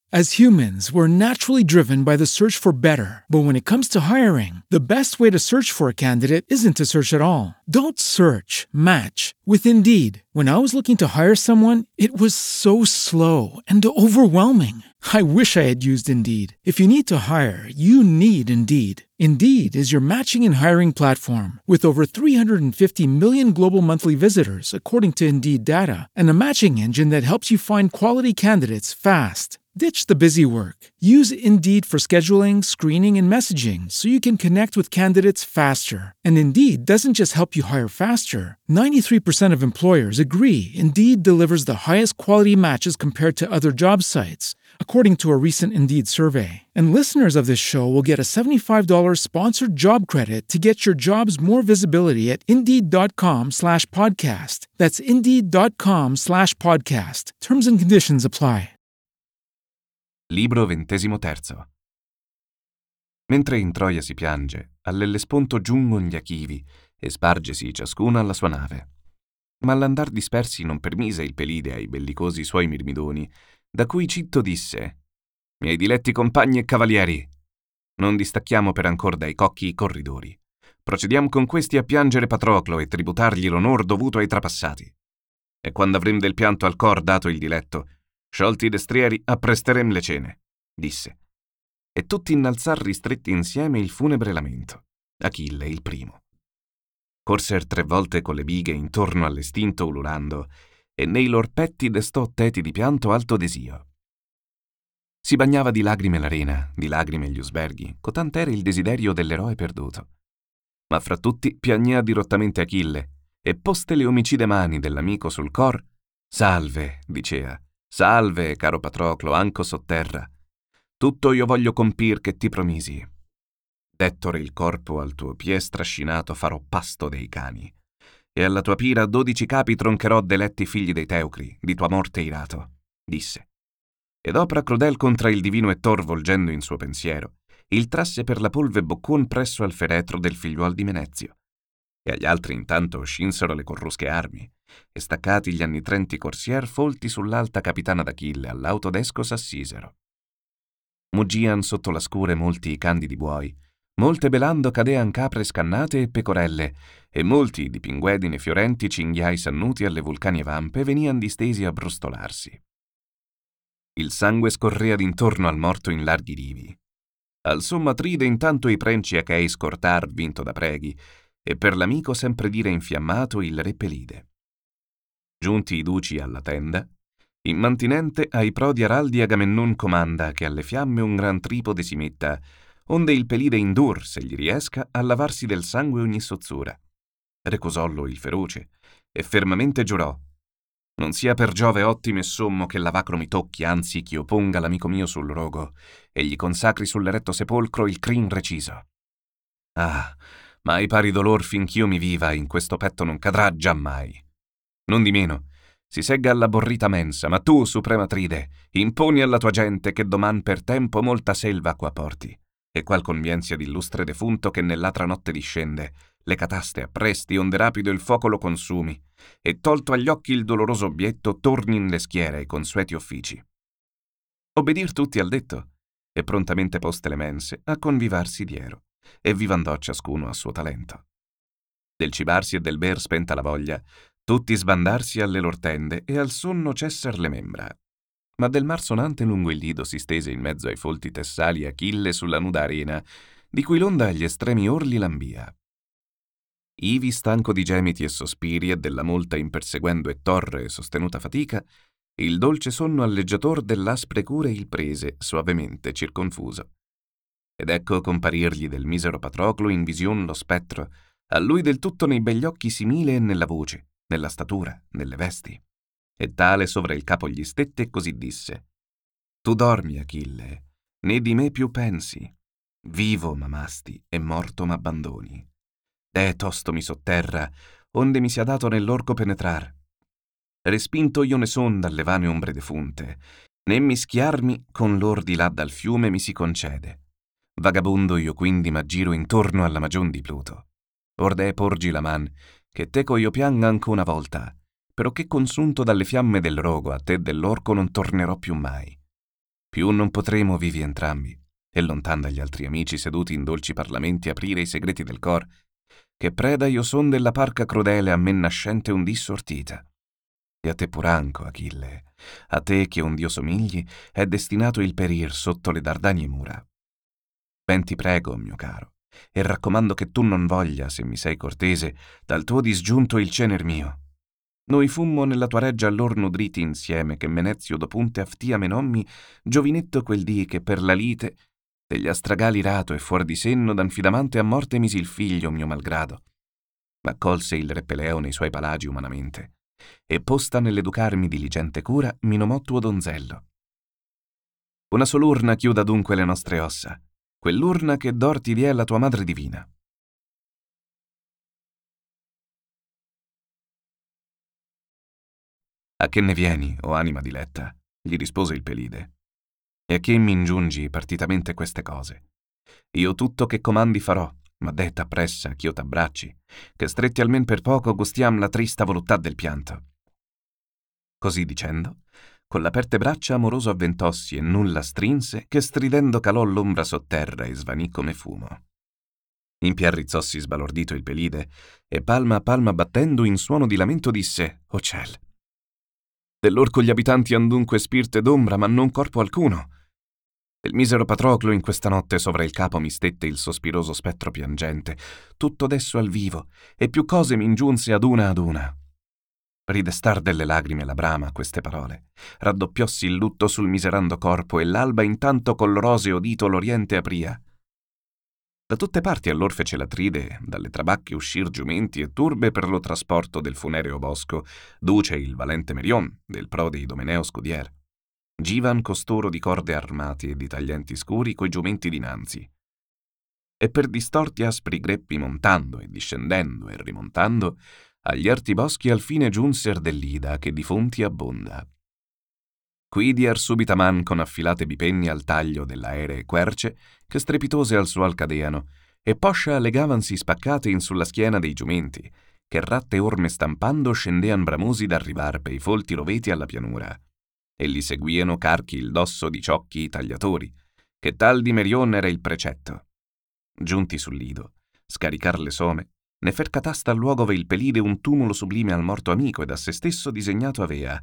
As humans, we're naturally driven by the search for better. But when it comes to hiring, the best way to search for a candidate isn't to search at all. Don't search, match with Indeed. When I was looking to hire someone, it was so slow and overwhelming. I wish I had used Indeed. If you need to hire, you need Indeed. Indeed is your matching and hiring platform with over 350 million global monthly visitors, according to Indeed data, and a matching engine that helps you find quality candidates fast. Ditch the busy work. Use Indeed for scheduling, screening, and messaging so you can connect with candidates faster. And Indeed doesn't just help you hire faster. 93% of employers agree Indeed delivers the highest quality matches compared to other job sites, according to a recent Indeed survey. And listeners of this show will get a $75 sponsored job credit to get your jobs more visibility at Indeed.com/podcast. That's Indeed.com/podcast. Terms and conditions apply. Libro 23. Mentre in Troia si piange, all'Ellesponto giungon gli Achivi e spargesi ciascuno alla sua nave. Ma all'andar dispersi non permise il Pelide ai bellicosi suoi mirmidoni, da cui Citto disse: «Miei diletti compagni e cavalieri, non distacchiamo per ancor dai cocchi i corridori. Procediamo con questi a piangere Patroclo e tributargli l'onor dovuto ai trapassati. E quando avrem del pianto al cor dato il diletto, sciolti i destrieri, appresterem le cene», disse. E tutti innalzar ristretti insieme il funebre lamento. Achille il primo. Corser 3 volte con le bighe intorno all'estinto ululando, e nei lor petti destò teti di pianto alto desio. Si bagnava di lagrime l'arena, di lagrime gli usberghi, cotant'era il desiderio dell'eroe perduto. Ma fra tutti piagnea dirottamente Achille, e poste le omicide mani dell'amico sul cor, «Salve», dicea, «salve, caro Patroclo, anco sotterra. Tutto io voglio compir che ti promisi. Dettore il corpo al tuo pie strascinato farò pasto dei cani, e alla tua pira 12 capi troncherò deletti figli dei Teucri, di tua morte irato», disse. Ed opra crudel contra il divino Ettor volgendo in suo pensiero, il trasse per la polve boccon presso al feretro del figliuol di Menezio. E agli altri intanto scinsero le corrusche armi, e staccati gli annitrenti corsier folti sull'alta capitana d'Achille all'autodesco s'assisero. Muggian sotto la scure molti i candidi buoi, molte belando cadean capre scannate e pecorelle, e molti di pinguedine fiorenti cinghiai sannuti alle vulcanie vampe venian distesi a brostolarsi. Il sangue scorrea d'intorno al morto in larghi rivi. Al sommo Atride intanto i prenci achei scortar vinto da preghi, e per l'amico sempre dire infiammato il re Pelide. Giunti i duci alla tenda, immantinente ai prodi araldi Agamennun comanda che alle fiamme un gran tripode si metta, onde il Pelide indur, se gli riesca, a lavarsi del sangue ogni sozzura. Recusollo il feroce, e fermamente giurò: «Non sia per Giove ottimo e sommo che l'avacro mi tocchi, anzi ch'io ponga l'amico mio sul rogo, e gli consacri sull'eretto sepolcro il crin reciso. Ah, mai pari dolor finch'io mi viva in questo petto non cadrà giammai. Non di meno, si segga alla borrita mensa, ma tu, suprema Atride, imponi alla tua gente che doman per tempo molta selva qua porti, e qual convienzia d'illustre defunto che nell'altra notte discende, le cataste appresti onde rapido il fuoco lo consumi, e tolto agli occhi il doloroso obietto torni in le schiere ai consueti uffici. Obbedir tutti al detto, e prontamente poste le mense a convivarsi diero, e vivandò ciascuno a suo talento. Del cibarsi e del ber spenta la voglia, tutti sbandarsi alle lor tende e al sonno cesser le membra. Ma del mar sonante lungo il lido si stese in mezzo ai folti tessali Achille sulla nuda arena, di cui l'onda agli estremi orli lambia. Ivi, stanco di gemiti e sospiri e della molta imperseguendo e torre e sostenuta fatica, il dolce sonno alleggiator dell'aspre cure il prese, soavemente circonfuso. Ed ecco comparirgli del misero Patroclo in vision lo spettro, a lui del tutto nei begli occhi simile e nella voce, nella statura, nelle vesti. E tale sovra il capo gli stette e così disse: «Tu dormi, Achille, né di me più pensi. Vivo m'amasti e morto m'abbandoni. Tosto mi sotterra, onde mi sia dato nell'orco penetrar. Respinto io ne son dalle vane ombre defunte, né mischiarmi con lor di là dal fiume mi si concede. Vagabondo io quindi m'aggiro intorno alla magion di Pluto. Orde porgi la man, che teco io pianga anco una volta, però che consunto dalle fiamme del rogo a te dell'orco non tornerò più mai. più non potremo vivi entrambi, e lontan dagli altri amici seduti in dolci parlamenti aprire i segreti del cor, che preda io son della parca crudele a me nascente un dì sortita. E a te pur anco, Achille, a te che un dio somigli, è destinato il perir sotto le dardagne mura. Ben ti prego, mio caro, e raccomando che tu non voglia, se mi sei cortese, dal tuo disgiunto il cener mio. Noi fummo nella tua reggia allor nudriti insieme, che Menezio dopunte aftia menommi, giovinetto quel dì che per la lite degli astragali rato e fuor di senno d'anfidamante a morte misi il figlio mio malgrado. Ma colse il re Peleo nei suoi palagi umanamente, e posta nell'educarmi diligente cura, mi nomò tuo donzello. Una sol'urna chiuda dunque le nostre ossa, quell'urna che d'or ti diè la tua madre divina. A che ne vieni, o anima diletta? Gli rispose il Pelide. E a che mi ingiungi partitamente queste cose? Io tutto che comandi farò, ma detta appressa ch'io t'abbracci, che stretti almen per poco gustiam la trista voluttà del pianto. Così dicendo, con l'aperte braccia amoroso avventossi e nulla strinse, che stridendo calò l'ombra sotterra e svanì come fumo. Impiarrizzossi sbalordito il Pelide, e palma a palma battendo in suono di lamento disse: «O ciel! Dell'orco gli abitanti han dunque spirte d'ombra, ma non corpo alcuno. Del misero Patroclo in questa notte sovra il capo mi stette il sospiroso spettro piangente, tutto desso al vivo, e più cose mi ingiunse ad una. Ridestar delle lagrime la brama a queste parole. Raddoppiossi il lutto sul miserando corpo, e l'alba intanto col roseo dito l'oriente apria. Da tutte parti allor fece l'Atride, dalle trabacche uscir giumenti e turbe per lo trasporto del funereo bosco, duce il valente Merion, del prode Idomeneo scudier. Givan costoro di corde armati e di taglienti scuri coi giumenti dinanzi. E per distorti aspri greppi montando e discendendo e rimontando, agli arti boschi al fine giunser dell'Ida che di fonti abbonda. Qui dier subitaman con affilate bipenni al taglio dell'aeree querce che strepitose al suol cadeano, e poscia legavansi spaccate in sulla schiena dei giumenti, che ratte orme stampando scendean bramosi d'arrivar pei folti roveti alla pianura, e li seguiano carchi il dosso di ciocchi i tagliatori, che tal di Merion era il precetto. Giunti sul lido, scaricar le some, ne fer catasta al luogo ove il Pelide un tumulo sublime al morto amico ed a se stesso disegnato avea,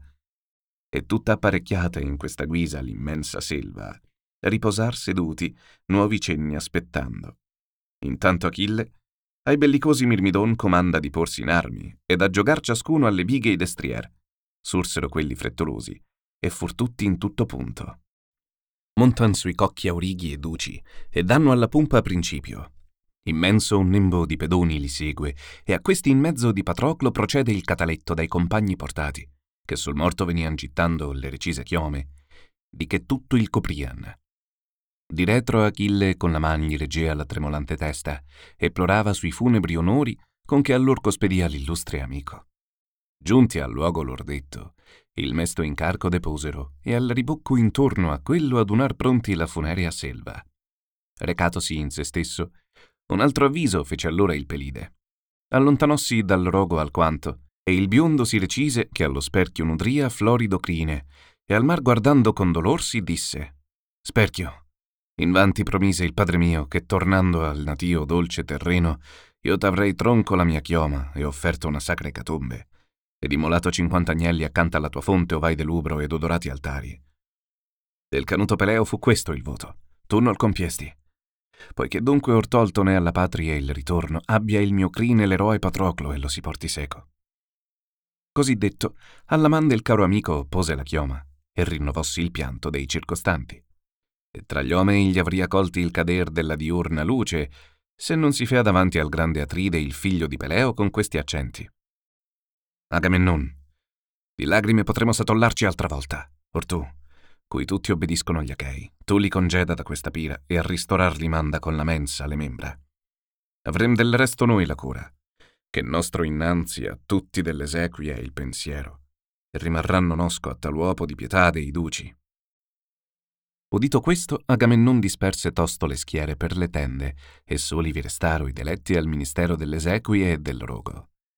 e tutta apparecchiata in questa guisa l'immensa selva, riposar seduti, nuovi cenni aspettando. Intanto Achille ai bellicosi Mirmidon comanda di porsi in armi ed a giogar ciascuno alle bighe i destrier. Sursero quelli frettolosi, e fur tutti in tutto punto. Montan sui cocchi aurighi e duci, e danno alla pompa principio. Immenso un nembo di pedoni li segue, e a questi in mezzo di Patroclo procede il cataletto dai compagni portati, che sul morto venian gittando le recise chiome, di che tutto il coprian. Di retro Achille con la man gli reggea la tremolante testa, e plorava sui funebri onori con che allor spedia l'illustre amico. Giunti al luogo lor detto, il mesto incarco deposero, e al ribocco intorno a quello adunar pronti la funerea selva. Recatosi in se stesso, un altro avviso fece allora il Pelide. Allontanossi dal rogo alquanto, e il biondo si recise che allo sperchio nudria florido crine, e al mar guardando con dolor si disse: «Sperchio, invanti promise il padre mio che tornando al natio dolce terreno io t'avrei tronco la mia chioma e offerto una sacra ecatombe, ed immolato 50 agnelli accanto alla tua fonte ovai delubro ed odorati altari. Del canuto Peleo fu questo il voto, tu non compiesti. Poiché dunque or toltone alla patria il ritorno, abbia il mio crine l'eroe Patroclo e lo si porti seco». Così detto, alla man del caro amico pose la chioma, e rinnovossi il pianto dei circostanti. E tra gli uomini gli avria colti il cader della diurna luce, se non si fea davanti al grande Atride il figlio di Peleo con questi accenti: «Agamennon, di lagrime potremo satollarci altra volta, or tu, cui tutti obbediscono gli Achei, tu li congeda da questa pira e a ristorar li manda con la mensa le membra. Avrem del resto noi la cura, che nostro innanzi a tutti dell'esequia è il pensiero, e rimarranno nosco a tal uopo di pietà dei duci». Udito questo, Agamennon disperse tosto le schiere per le tende, e soli vi restaro i deletti al ministero dell'esequie e del rogo.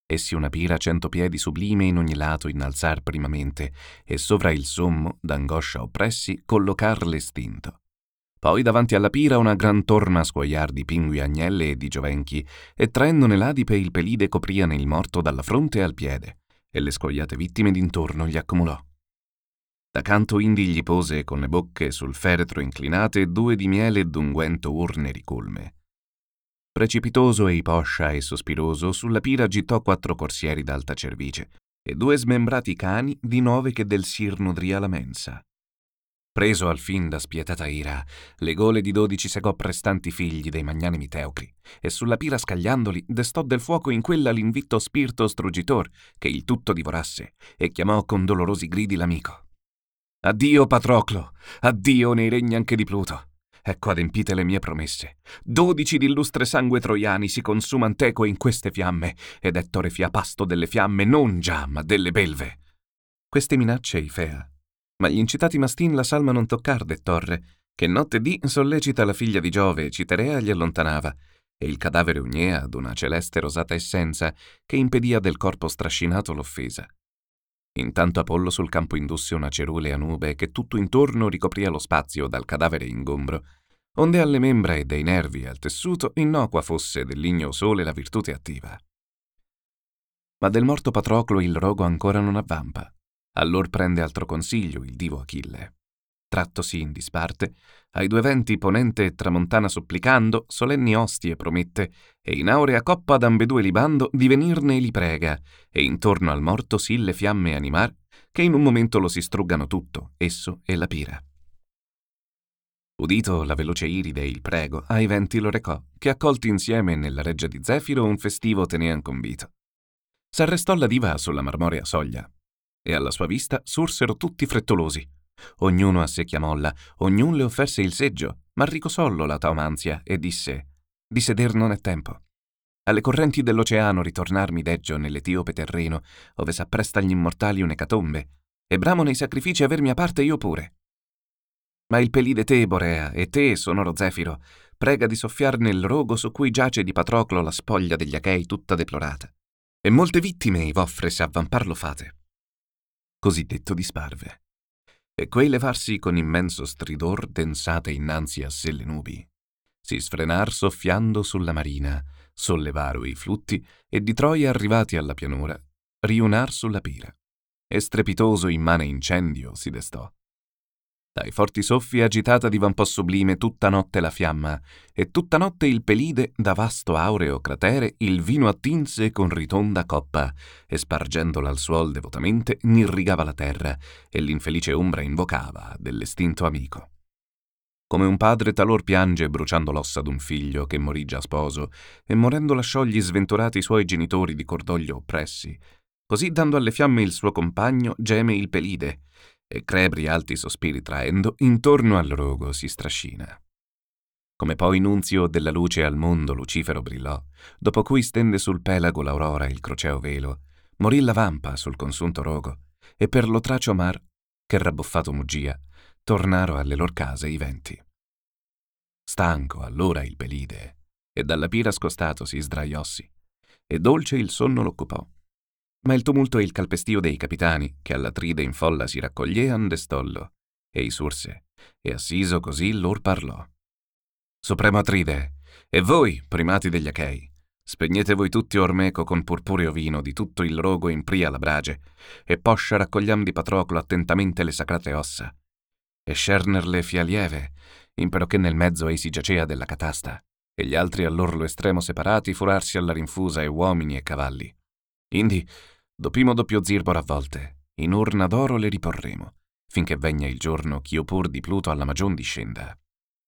Essi una pira 100 piedi sublime in ogni lato innalzar primamente, e sovra il sommo, d'angoscia oppressi, collocar l'estinto. Poi davanti alla pira una gran torma scuoiar di pingui agnelle e di giovenchi, e traendone l'adipe il pelide copriane il morto dalla fronte al piede, e le scoiate vittime d'intorno gli accumulò. Da canto indi gli pose con le bocche sul feretro inclinate 2 di miele d'unguento urne ricolme. Precipitoso e iposcia e sospiroso, sulla pira gittò 4 corsieri d'alta cervice e 2 smembrati cani di 9 che del sir nudria la mensa. Preso al fin da spietata ira, le gole di 12 segò prestanti figli dei magnanimi teucri, e sulla pira scagliandoli destò del fuoco in quella l'invitto spirto struggitor che il tutto divorasse, e chiamò con dolorosi gridi l'amico. «Addio, Patroclo! Addio nei regni anche di Pluto! Ecco adempite le mie promesse. 12 d'illustre sangue troiani si consuman teco in queste fiamme, ed Ettore fia pasto delle fiamme non già, ma delle belve». Queste minacce Ifea, ma gli incitati mastin la salma non toccar d'Ettorre, che notte e dì sollecita la figlia di Giove e Citerea gli allontanava, e il cadavere ugnea d'una celeste rosata essenza che impedia del corpo strascinato l'offesa. Intanto Apollo sul campo indusse una cerulea nube che tutto intorno ricopria lo spazio dal cadavere ingombro, onde alle membra e dei nervi e al tessuto innocua fosse dell'igneo sole la virtute attiva. Ma del morto Patroclo il rogo ancora non avvampa. Allor prende altro consiglio il divo Achille. Trattosi in disparte, ai 2 venti ponente e tramontana supplicando, solenni ostie promette, e in aurea coppa d'ambedue libando di venirne li prega, e intorno al morto sì le fiamme animar, che in un momento lo si struggano tutto, esso e la pira. Udito la veloce iride il prego, ai venti lo recò, che accolti insieme nella reggia di Zefiro un festivo tenean convito. S'arrestò la diva sulla marmorea soglia, e alla sua vista sursero tutti frettolosi. Ognuno a sé chiamolla, ognun le offerse il seggio, ma ricosollo la taumanzia e disse: «Di seder non è tempo. Alle correnti dell'oceano ritornarmi deggio nell'etiope terreno, ove s'appresta gli immortali un'ecatombe, e bramo nei sacrifici aver mia parte io pure. Ma il pelide te, Borea, e te, sonoro Zefiro, prega di soffiar nel rogo su cui giace di Patroclo la spoglia degli Achei tutta deplorata, e molte vittime i voffre se avvampar lo fate». Così detto disparve, e quei levarsi con immenso stridor densate innanzi a sé le nubi, si sfrenar soffiando sulla marina, sollevaro i flutti, e di Troia arrivati alla pianura, riunar sulla pira, e strepitoso immane incendio si destò. Dai forti soffi agitata divampò sublime tutta notte la fiamma, e tutta notte il pelide da vasto aureo cratere il vino attinse con ritonda coppa, e spargendola al suol devotamente n'irrigava la terra, e l'infelice ombra invocava dell'estinto amico. Come un padre talor piange bruciando l'ossa d'un figlio che morì già sposo, e morendo lasciò gli sventurati suoi genitori di cordoglio oppressi, così dando alle fiamme il suo compagno geme il pelide, e crebri alti sospiri traendo, intorno al rogo si strascina. Come poi nunzio della luce al mondo Lucifero brillò, dopo cui stende sul pelago l'aurora il croceo velo, morì la vampa sul consunto rogo, e per lo tracio mar, che rabbuffato muggia, tornaro alle lor case i venti. Stanco allora il pelide, e dalla pira scostato si sdraiossi, e dolce il sonno l'occupò. Ma il tumulto e il calpestio dei capitani, che alla tride in folla si raccogliean, destollo, e i surse, e assiso così lor parlò. «Supremo Atride, e voi, primati degli Achei, spegnete voi tutti ormeco con purpureo vino di tutto il rogo in pria la brage, e poscia raccogliam di Patroclo attentamente le sacrate ossa, e scernerle fia lieve, impero che nel mezzo ei si giacea della catasta, e gli altri all'orlo estremo separati furarsi alla rinfusa e uomini e cavalli. Indi, dopimo doppio zirbor a volte, in urna d'oro le riporremo, finché vegna il giorno ch'io pur di Pluto alla magion discenda.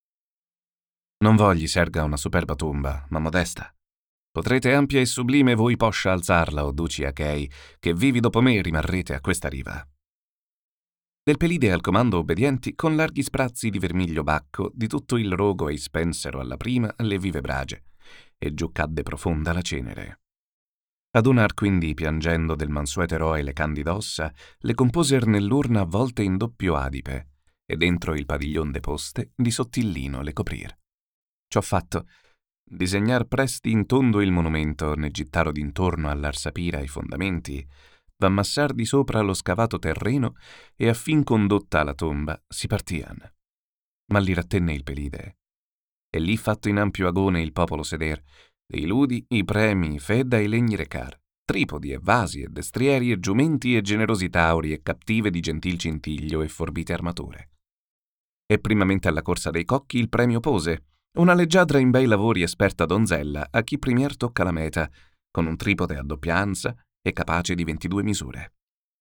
Non vogli serga una superba tomba, ma modesta. Potrete ampia e sublime voi poscia alzarla, o duci Achei, che vivi dopo me rimarrete a questa riva». Del pelide al comando obbedienti, con larghi sprazzi di vermiglio bacco, di tutto il rogo ei spensero alla prima le vive brage, e giù cadde profonda la cenere. Adunar quindi, piangendo del mansueto eroe le candide ossa, le composer nell'urna avvolte in doppio adipe, e dentro il padiglion deposte di sottillino le coprir. Ciò fatto, disegnar presti in tondo il monumento, ne gittaro d'intorno all'arsapira i fondamenti, v'ammassar di sopra lo scavato terreno e a fin condotta alla tomba si partian. Ma li rattenne il Pelide. E lì fatto in ampio agone il popolo seder, i ludi, i premi, i fedda e i legni recar, tripodi e vasi e destrieri e giumenti e generosi tauri e cattive di gentil cintiglio e forbite armature. E primamente alla corsa dei cocchi il premio pose, una leggiadra in bei lavori esperta donzella a chi primier tocca la meta, con un tripode a doppia ansa e capace di 22 misure.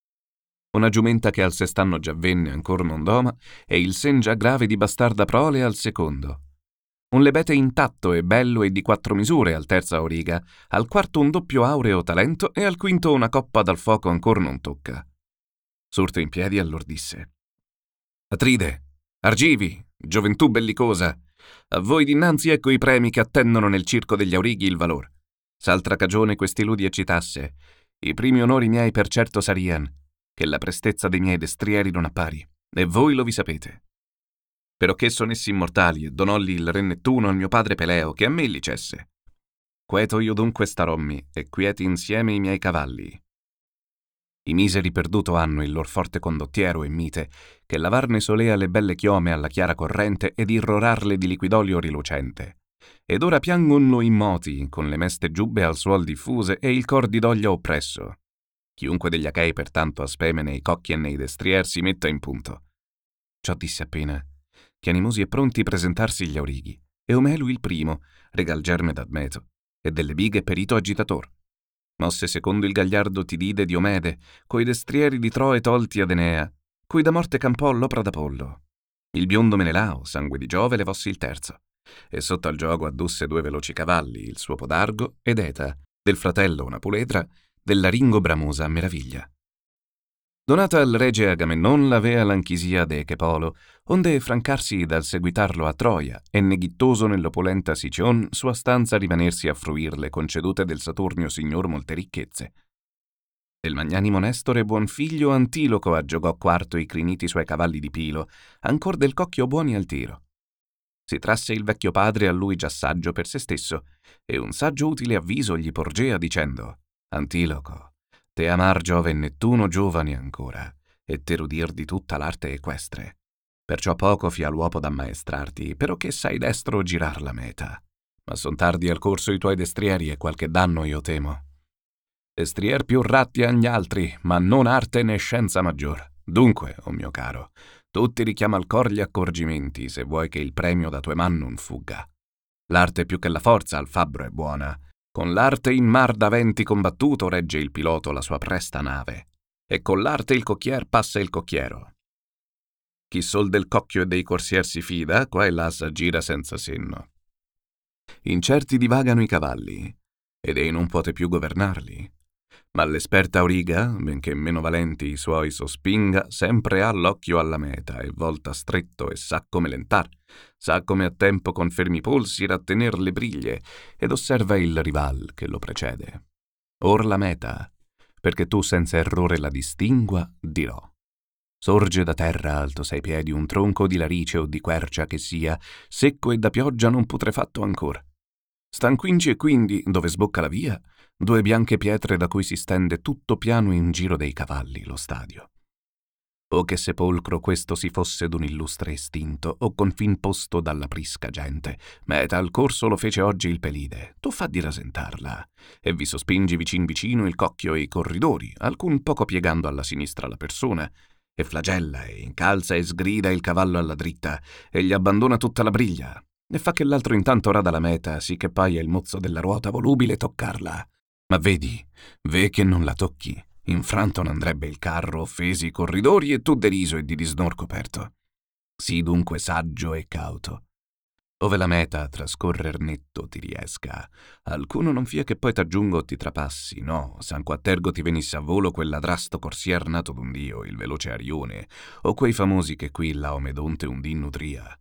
Una giumenta che al sest'anno già venne ancor non doma e il sen già grave di bastarda prole al secondo. Un lebete intatto e bello e di 4 misure al terza auriga, al quarto un doppio aureo talento e al quinto una coppa dal fuoco ancor non tocca. Sorto in piedi allor disse: Atride, Argivi, gioventù bellicosa, a voi dinanzi ecco i premi che attendono nel circo degli aurighi il valor. S'altra cagione questi ludi eccitasse, i primi onori miei per certo sarian, che la prestezza dei miei destrieri non appari, e voi lo vi sapete. Perocché son essi immortali e donolli il re Nettuno al mio padre Peleo, che a me li cesse. Queto io dunque starommi, e quieti insieme i miei cavalli. I miseri perduto hanno il lor forte condottiero e mite, che lavarne solea le belle chiome alla chiara corrente ed irrorarle di liquidolio rilucente. Ed ora piangonno immoti, con le meste giubbe al suol diffuse e il cor di doglia oppresso. Chiunque degli Achei pertanto aspeme nei cocchi e nei destrier si metta in punto. Ciò disse appena, che animosi e pronti presentarsi gli aurighi, e Omelu il primo, regal germe d'Admeto, e delle bighe perito agitator. Mosse secondo il gagliardo Tidide Diomede, coi destrieri di Troe tolti ad Enea, cui da morte campò l'opra d'Apollo. Il biondo Menelao, sangue di Giove, levossi il terzo, e sotto al gioco addusse 2 veloci cavalli, il suo podargo ed Eta, del fratello una puledra, della ringo bramosa a meraviglia. Donata al rege Agamennon l'avea l'anchisia de Echepolo, onde francarsi dal seguitarlo a Troia, e neghittoso nell'opulenta Sicion sua stanza rimanersi a fruir le concedute del Saturnio signor molte ricchezze. Del magnanimo Nestore buon figlio Antiloco aggiogò quarto i criniti suoi cavalli di pilo, ancor del cocchio buoni al tiro. Si trasse il vecchio padre a lui già saggio per se stesso, e un saggio utile avviso gli porgea dicendo: Antiloco, te amar Giove e Nettuno giovani ancora, e te rudir di tutta l'arte equestre. Perciò poco fia l'uopo d'ammaestrarti, perocché sai destro girar la meta. Ma son tardi al corso i tuoi destrieri e qualche danno io temo. Destrier più ratti agli altri, ma non arte né scienza maggior. Dunque, o mio caro, tutti richiama al cor gli accorgimenti, se vuoi che il premio da tue man non fugga. L'arte più che la forza al fabbro è buona. Con l'arte in mar da venti combattuto regge il piloto la sua presta nave, e con l'arte il cocchier passa il cocchiero. Chi sol del cocchio e dei corsier si fida, qua e là s'aggira senza senno. Incerti divagano i cavalli, ed ei non puote più governarli. Ma l'esperta auriga, benché meno valenti i suoi sospinga, sempre ha l'occhio alla meta e volta stretto e sa come lentar, sa come a tempo con fermi polsi rattener le briglie ed osserva il rival che lo precede. Or la meta, perché tu senza errore la distingua, dirò. Sorge da terra alto 6 piedi un tronco di larice o di quercia che sia, secco e da pioggia non putrefatto ancor. Stan quinci e quindi, dove sbocca la via, 2 bianche pietre da cui si stende tutto piano in giro dei cavalli lo stadio. O che sepolcro questo si fosse d'un illustre estinto, o confin posto dalla prisca gente, meta al corso lo fece oggi il Pelide, tu fa di rasentarla, e vi sospingi vicin vicino il cocchio e i corridori, alcun poco piegando alla sinistra la persona, e flagella e incalza e sgrida il cavallo alla dritta, e gli abbandona tutta la briglia, e fa che l'altro intanto rada la meta, sì che paia il mozzo della ruota volubile toccarla. Ma vedi, ve che non la tocchi, infranto n'andrebbe il carro, offesi i corridori e tu deriso e di disnor coperto. Sii dunque saggio e cauto. Ove la meta a trascorrer netto ti riesca, alcuno non fia che poi t'aggiungo o ti trapassi, no, san quattergo ti venisse a volo quell'adrasto corsier nato d'un dio, il veloce Arione, o quei famosi che qui Laomedonte un dì nutria.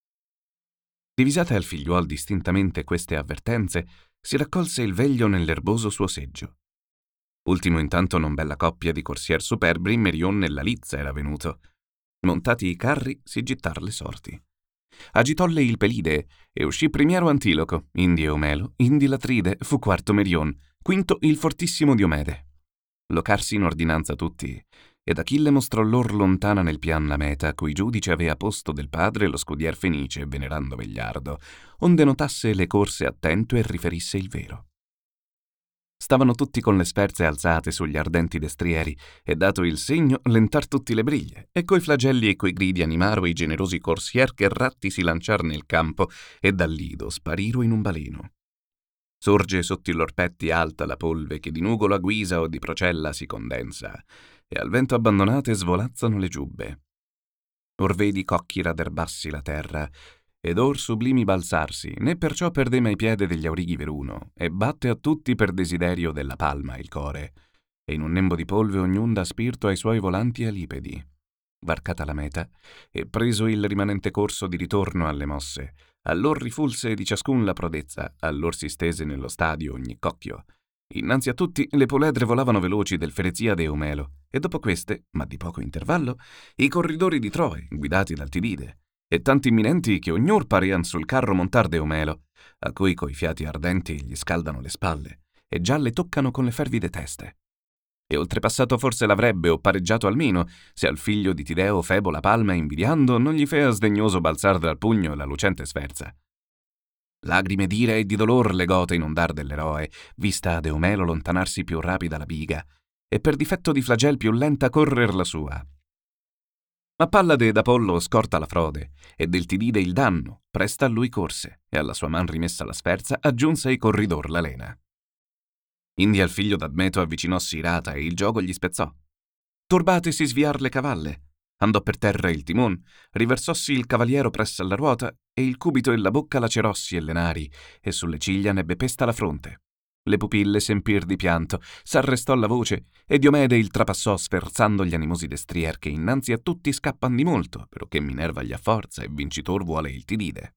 Divisate al figliuol distintamente queste avvertenze, si raccolse il veglio nell'erboso suo seggio. Ultimo intanto non bella coppia di corsier superbi Merion nella lizza era venuto. Montati i carri si gittar le sorti. agitolle il Pelide e uscì primiero Antiloco, indi Eumelo, indi l'Atride, fu quarto Merion, quinto il fortissimo Diomede. Locarsi in ordinanza tutti, ed Achille mostrò lor lontana nel pian la meta cui giudice avea posto del padre lo scudier Fenice, venerando Vegliardo, onde notasse le corse attento e riferisse il vero. Stavano tutti con le sferze alzate sugli ardenti destrieri, e dato il segno, lentar tutti le briglie, e coi flagelli e coi gridi animaro i generosi corsier che ratti si lanciar nel campo, e dal lido spariro in un baleno. Sorge sotto i lor petti alta la polve che di nugolo a guisa o di procella si condensa, e al vento abbandonate svolazzano le giubbe. Or vedi cocchi rader bassi la terra, ed or sublimi balzarsi, né perciò perde mai piede degli aurighi veruno, e batte a tutti per desiderio della palma il core, e in un nembo di polve ognun dà spirto ai suoi volanti alipedi. Varcata la meta, e preso il rimanente corso di ritorno alle mosse, allor rifulse di ciascun la prodezza, allor si stese nello stadio ogni cocchio. Innanzi a tutti le puledre volavano veloci del Fereziade Eumelo, e dopo queste, ma di poco intervallo, i corridori di Troe, guidati dal Tidide, e tanti imminenti che ognor parean sul carro montar d'Eumelo, a cui coi fiati ardenti gli scaldano le spalle, e già le toccano con le fervide teste. E oltrepassato forse l'avrebbe o pareggiato almeno, se al figlio di Tideo Febo la palma invidiando non gli fea sdegnoso balzar dal pugno la lucente sferza. Lagrime d'ira e di dolor le gote inondar dell'eroe, vista ad Eumelo lontanarsi più rapida la biga, e per difetto di flagel più lenta correr la sua. Ma Pallade d'Apollo scorta la frode, e del Tidide il danno, presta a lui corse, e alla sua man rimessa la sferza aggiunse i corridor la lena. Indi al figlio d'Admeto avvicinossi irata e il gioco gli spezzò. Turbate si sviar le cavalle, andò per terra il timon, riversossi il cavaliero presso alla ruota, e il cubito e la bocca lacerossi e le nari, e sulle ciglia nebbe pesta la fronte. Le pupille s'empir di pianto, s'arrestò la voce, e Diomede il trapassò sferzando gli animosi destrier che innanzi a tutti scappan di molto, perché Minerva gli ha forza e vincitor vuole il Tidide.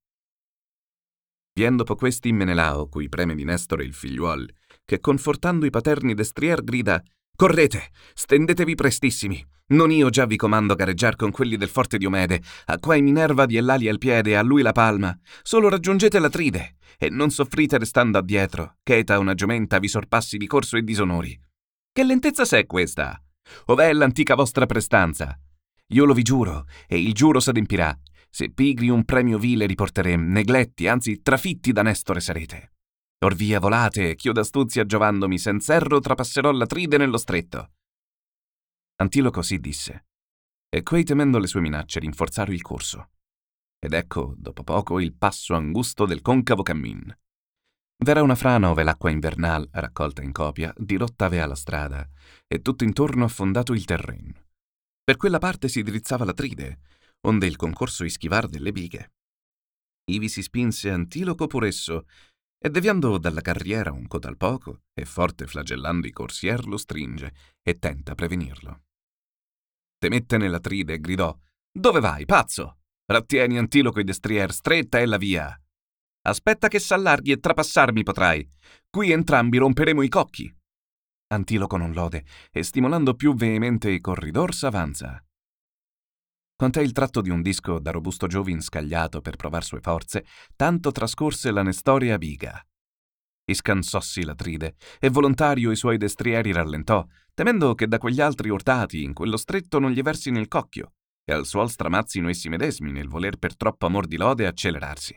Vien dopo questi Menelao, cui preme di Nestore il figliuol, che confortando i paterni destrier grida: «Correte, stendetevi prestissimi, non io già vi comando gareggiar con quelli del forte Diomede, a quai Minerva die l'ali al piede e a lui la palma, solo raggiungete l'Atride, e non soffrite restando addietro, che eta una giumenta vi sorpassi di corso e disonori. Che lentezza s'è questa? Ov'è l'antica vostra prestanza? Io lo vi giuro, e il giuro s'adempirà, se pigri un premio vile riporterem, negletti, anzi trafitti da Nestore sarete. Or via volate, ch'io d'astuzia giovandomi senz'erro trapasserò l'Atride nello stretto». Antiloco sì disse, e quei temendo le sue minacce rinforzaro il corso. Ed ecco, dopo poco, il passo angusto del concavo cammin. V'era una frana ove l'acqua invernal, raccolta in copia, dirotta avea la strada, e tutto intorno affondato il terren. Per quella parte si drizzava l'Atride, onde il concorso ischivar delle bighe. Ivi si spinse Antiloco pur esso, e deviando dalla carriera un cotal poco, e forte flagellando i corsier lo stringe, e tenta prevenirlo. Temette nell'Atride e gridò: «Dove vai, pazzo? Rattieni Antiloco i destrier, stretta è la via. Aspetta che s'allarghi e trapassarmi potrai. Qui entrambi romperemo i cocchi». Antiloco non lode, e stimolando più veemente i corridor s'avanza. Quant'è il tratto di un disco da robusto giovin scagliato per provar sue forze, tanto trascorse la Nestoria biga. Iscansossi l'Atride, e volontario i suoi destrieri rallentò, temendo che da quegli altri urtati in quello stretto non gli versi nel cocchio, e al suol stramazzino essi medesmi nel voler per troppo amor di lode accelerarsi.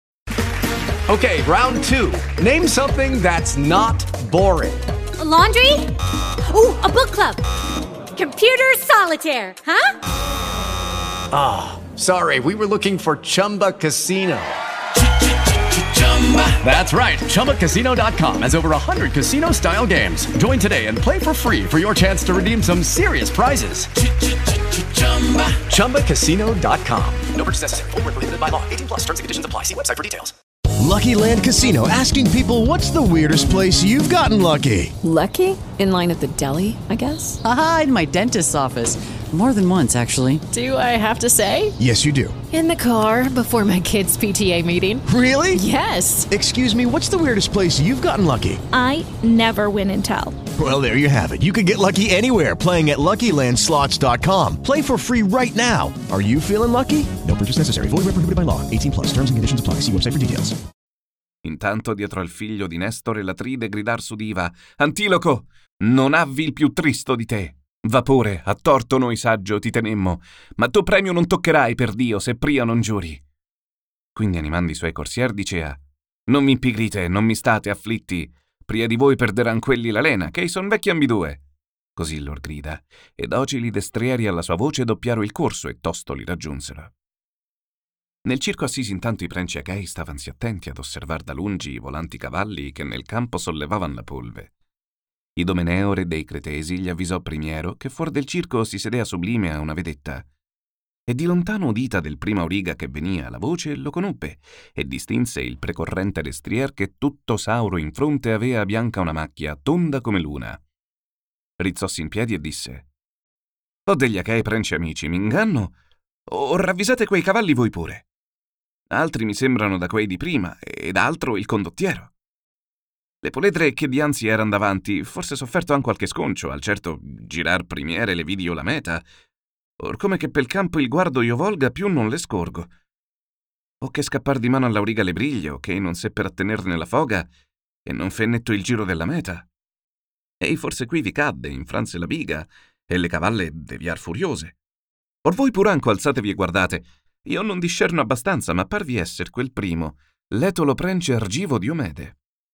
Okay, round 2. Name something that's not boring. A laundry? Ooh, a book club. Computer solitaire, huh? Ah, sorry, we were looking for Chumba Casino. That's right, ChumbaCasino.com has over 100 casino-style games. Join today and play for free for your chance to redeem some serious prizes. ChumbaCasino.com. No purchase necessary. Void where prohibited by law. 18+ terms and conditions apply. See website for details. Lucky Land Casino, asking people, what's the weirdest place you've gotten lucky? Lucky? In line at the deli, I guess? Aha, in my dentist's office. More than once, actually. Do I have to say? Yes, you do. In the car before my kids' PTA meeting. Really? Yes. Excuse me, what's the weirdest place you've gotten lucky? I never win and tell. Well, there you have it. You can get lucky anywhere, playing at LuckyLandSlots.com. Play for free right now. Are you feeling lucky? No purchase necessary. Void where prohibited by law. 18+. Terms and conditions apply. See website for details. Intanto dietro al figlio di Nestore l'Atride gridar s'udiva: Antiloco, non avvi il più tristo di te. Vapore, a torto noi saggio ti tenemmo, ma tuo premio non toccherai per Dio se pria non giuri. Quindi animando i suoi corsier dicea: Non mi impigrite, non mi state afflitti, pria di voi perderan quelli la lena, che son vecchi ambidue. Così lor grida, ed docili destrieri alla sua voce doppiaro il corso e tosto li raggiunsero. Nel circo assisi intanto i prenci achei stavansi attenti ad osservar da lungi i volanti cavalli che nel campo sollevavan la polve. Idomeneo, re dei Cretesi, gli avvisò primiero che fuor del circo si sedea sublime a una vedetta, e di lontano udita del prima auriga che venia la voce lo conobbe, e distinse il precorrente destrier che tutto sauro in fronte avea bianca una macchia, tonda come luna. Rizzossi in piedi e disse: «O degli achei prenci amici, m'inganno? O ravvisate quei cavalli voi pure? Altri mi sembrano da quei di prima, ed altro il condottiero. Le poledre che dianzi eran davanti, forse sofferto han qualche sconcio, al certo girar primiere le vidi io la meta, or come che pel campo il guardo io volga, più non le scorgo. O che scappar di mano all'auriga le briglie, o che non sepper attenerne la foga, e non fe netto il giro della meta. Ei forse qui vi cadde, infranse la biga, e le cavalle deviar furiose. Or voi pur anco alzatevi e guardate, io non discerno abbastanza, ma parvi esser quel primo, l'etolo prence argivo Diomede.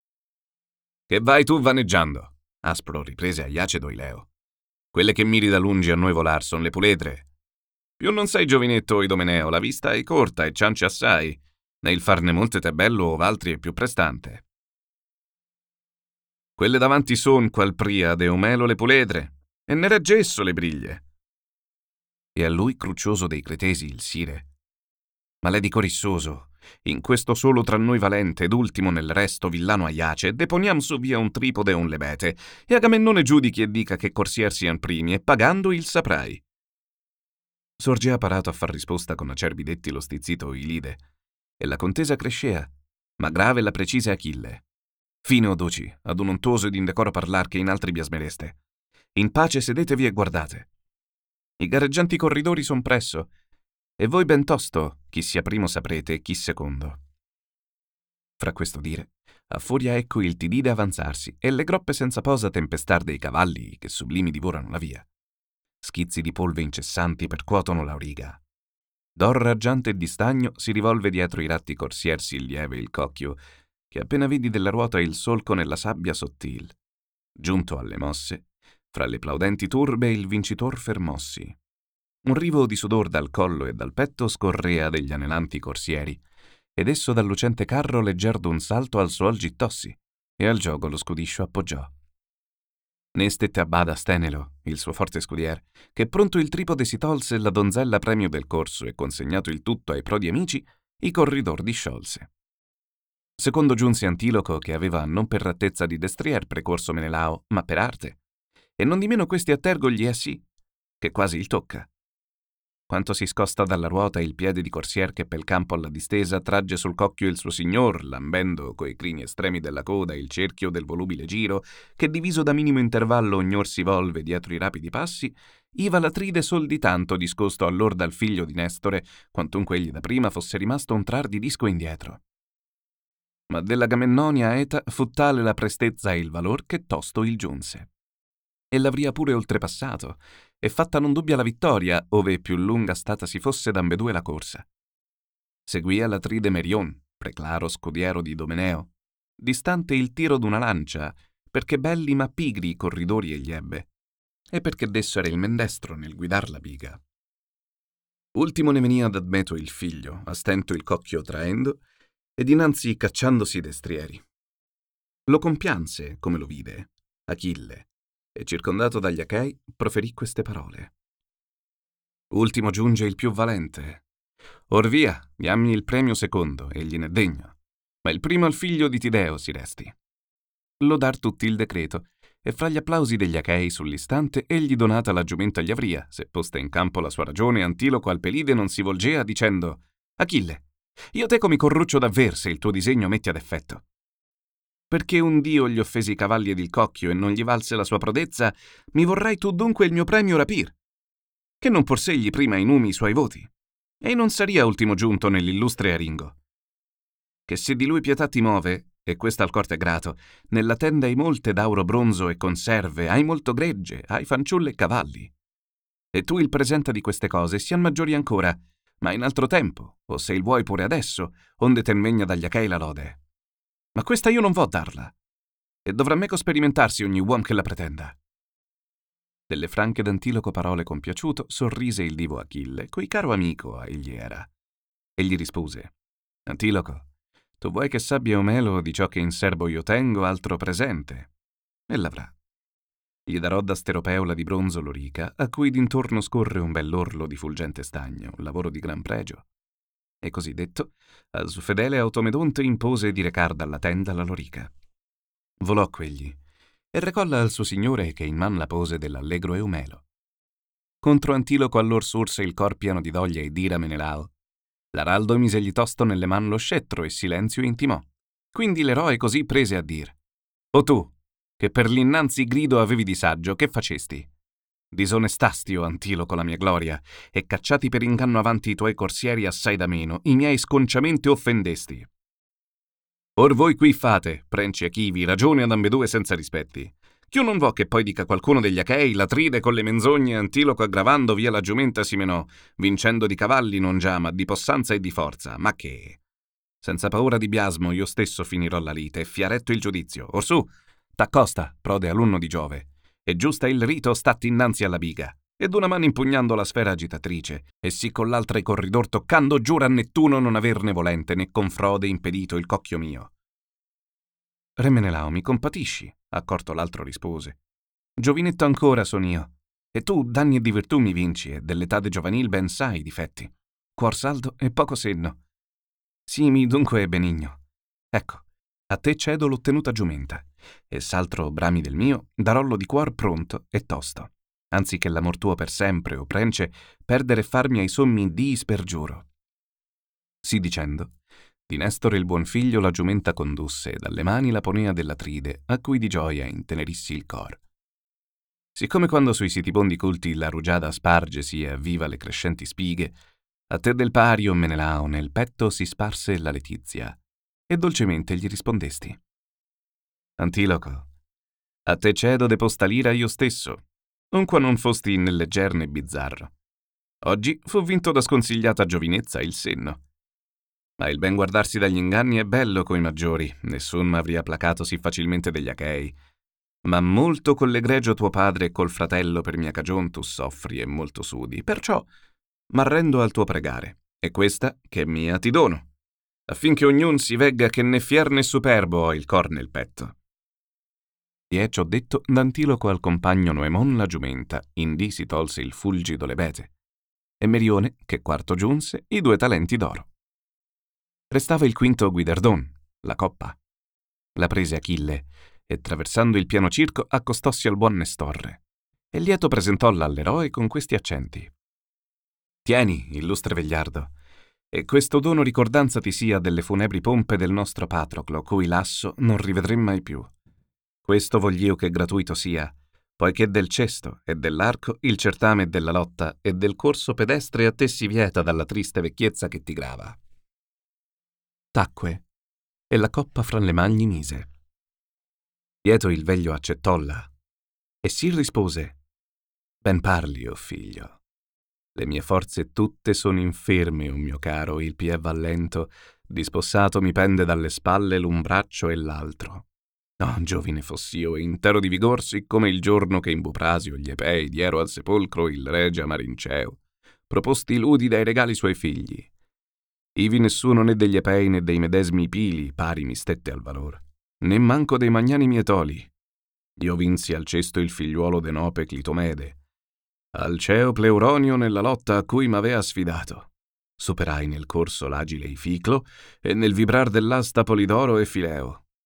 Che vai tu vaneggiando? Aspro riprese a Iacedo Ileo. Quelle che miri da lungi a noi volar son le puledre. Più non sei giovinetto, Idomeneo, la vista è corta e ciance assai, né il farne molte t'è bello o v'altri è più prestante. Quelle davanti son, qual pria Deomelo le puledre, e ne regge esso le briglie. E a lui cruccioso dei Cretesi il sire: ma l'è di corissoso, in questo solo tra noi valente ed ultimo nel resto villano Aiace, deponiam su via un tripode e un lebete, e Agamennone giudichi e dica che corsier sian primi, e pagando il saprai. Sorgea parato a far risposta con acerbi detti lo stizzito Ilide, e la contesa crescea, ma grave la precise Achille. Fine o doci, ad un ontoso ed indecoro parlar che in altri biasmereste. In pace sedetevi e guardate. I gareggianti corridori son presso, e voi ben tosto chi sia primo saprete e chi secondo. Fra questo dire, a furia ecco il Tidide avanzarsi e le groppe senza posa tempestar dei cavalli che sublimi divorano la via. Schizzi di polve incessanti percuotono l'auriga. D'or raggiante e di stagno si rivolve dietro i ratti corsiersi il lieve il cocchio, che appena vidi della ruota il solco nella sabbia sottil. Giunto alle mosse, fra le plaudenti turbe il vincitor fermossi. Un rivo di sudor dal collo e dal petto scorrea degli anelanti corsieri, ed esso dal lucente carro legger d'un salto al suol gittossi, e al gioco lo scudiscio appoggiò. Ne stette a bada Stenelo, il suo forte scudier, che pronto il tripode si tolse la donzella premio del corso e consegnato il tutto ai prodi amici, i corridor disciolse. Secondo giunse Antiloco, che aveva non per rattezza di destrier precorso Menelao, ma per arte, e non di meno questi a tergo gli è sì, che quasi il tocca. Quanto si scosta dalla ruota il piede di corsier che pel campo alla distesa tragge sul cocchio il suo signor, lambendo coi crini estremi della coda il cerchio del volubile giro, che diviso da minimo intervallo ognor si volve dietro i rapidi passi, iva l'Atride sol di tanto discosto allor dal figlio di Nestore, quantunque egli da prima fosse rimasto un trar di disco indietro. Ma della Gamennonia eta fu tale la prestezza e il valor che tosto il giunse. E l'avria pure oltrepassato, e fatta non dubbia la vittoria, ove più lunga stata si fosse d'ambedue la corsa. Seguia l'Atride Merion, preclaro scudiero di Idomeneo, distante il tiro d'una lancia, perché belli ma pigri i corridori egli ebbe, e perché desso era il mendestro nel guidar la biga. Ultimo ne venia ad Admeto il figlio, a stento il cocchio traendo, e dinanzi cacciandosi destrieri. Lo compianse, come lo vide, Achille, e circondato dagli Achei proferì queste parole. Ultimo giunge il più valente. Or via, diammi il premio secondo, egli n'è degno, ma il primo al figlio di Tideo si resti. Lodar tutti il decreto, e fra gli applausi degli Achei sull'istante egli donata la giumenta gli avria, se posta in campo la sua ragione, Antiloco al Pelide non si volgea dicendo: Achille, io teco mi corruccio davver se il tuo disegno metti ad effetto. Perché un dio gli offesi i cavalli ed il cocchio e non gli valse la sua prodezza, mi vorrai tu dunque il mio premio rapir? Che non porsegli prima i numi i suoi voti, e non saria ultimo giunto nell'illustre Aringo. Che se di lui pietà ti move, e questa al corte è grato, nella tenda hai molte d'auro bronzo e conserve, hai molto gregge, hai fanciulle e cavalli. E tu il presenta di queste cose sian maggiori ancora, ma in altro tempo, o se il vuoi pure adesso, onde ten megna dagli Achei la lode. Ma questa io non vo darla, e dovrà meco sperimentarsi ogni uom che la pretenda. Delle franche d'Antiloco parole compiaciuto, sorrise il divo Achille, cui caro amico egli era. E gli rispose: Antiloco, tu vuoi che sabbia Omelo di ciò che in serbo io tengo altro presente? E l'avrà. Gli darò da steropeola di bronzo lorica, a cui d'intorno scorre un bell'orlo di fulgente stagno, lavoro di gran pregio. E così detto, al suo fedele Automedonte impose di recar dalla tenda la lorica. Volò quegli, e recolla al suo signore che in man la pose dell'allegro Eumelo. Contro Antiloco allor sorse il cor pieno di doglia e d'ira Menelao. L'araldo misegli tosto nelle man lo scettro e silenzio intimò. Quindi l'eroe così prese a dir: O tu, che per l'innanzi grido avevi di saggio, che facesti? Disonestasti, o Antiloco, la mia gloria, e cacciati per inganno avanti i tuoi corsieri assai da meno, i miei sconciamente offendesti. Or voi qui fate, prenci Achivi, ragione ad ambedue senza rispetti. Ch'io non vo che poi dica qualcuno degli Achei, l'Atride con le menzogne Antiloco aggravando via la giumenta si menò, vincendo di cavalli non già, ma di possanza e di forza, ma che? Senza paura di biasmo io stesso finirò la lite e fiaretto il giudizio. Orsù, t'accosta, prode alunno di Giove, e giusta il rito statti innanzi alla biga, ed una mano impugnando la sfera agitatrice, e sì con l'altra i corridor toccando giura a Nettuno non averne volente né con frode impedito il cocchio mio. Re Menelao, mi compatisci, accorto l'altro rispose. Giovinetto ancora son io, e tu d'anni e di virtù mi vinci, e dell'etade giovanil ben sai i difetti. Cuor saldo e poco senno. Simi dunque benigno. Ecco, a te cedo l'ottenuta giumenta, e s'altro brami del mio, darollo di cuor pronto e tosto, anziché l'amor tuo per sempre, o prence, perdere e farmi ai sommi dii spergiuro. Sì dicendo, di Nestore il buon figlio la giumenta condusse e dalle mani la ponea dell'Atride, a cui di gioia intenerissi il cor. Siccome quando sui sitibondi culti la rugiada spargesi e avviva le crescenti spighe, a te del pari, o Menelao, nel petto si sparse la letizia, e dolcemente gli rispondesti. Antiloco, a te cedo deposta l'ira io stesso, unqua non fosti nel leggerne bizzarro. Oggi fu vinto da sconsigliata giovinezza il senno. Ma il ben guardarsi dagli inganni è bello coi maggiori, nessun m'avria placato sì facilmente degli Achei. Ma molto con l'egregio tuo padre e col fratello per mia cagion tu soffri e molto sudi, perciò m'arrendo al tuo pregare, e questa, che è mia, ti dono, affinché ognun si vegga che né fier né superbo ho il cor nel petto. E ciò detto, d'Antiloco al compagno Noemon la giumenta, indì si tolse il fulgido lebete, e Merione, che quarto giunse, i 2 talenti d'oro. Restava il quinto guidardon, la coppa. La prese Achille, e traversando il piano circo accostossi al buon Nestorre, e lieto presentolla all'eroe con questi accenti. Tieni, illustre vegliardo, e questo dono ricordanza ti sia delle funebri pompe del nostro Patroclo, cui lasso non rivedrem mai più. Questo vogl'io che gratuito sia, poiché del cesto e dell'arco il certame della lotta e del corso pedestre a te si vieta dalla triste vecchiezza che ti grava. Tacque, e la coppa fra le mani mise. Lieto il veglio accettolla, e si rispose: Ben parli, o figlio. Le mie forze tutte sono inferme, o mio caro, il pie va lento, dispossato mi pende dalle spalle l'un braccio e l'altro. No, giovine foss'io, intero di vigor, siccome il giorno che in Buprasio gli Epei diero al sepolcro il rege a Marinceo, proposti ludi dai regali suoi figli. Ivi nessuno né degli Epei né dei medesimi Pili pari mi stette al valor, né manco dei magnanimi Etoli. Io vinsi al cesto il figliuolo d'Enope Clitomede, al Ceo Pleuronio nella lotta a cui m'avea sfidato. Superai nel corso l'agile Ificlo e nel vibrar dell'asta Polidoro e Fileo.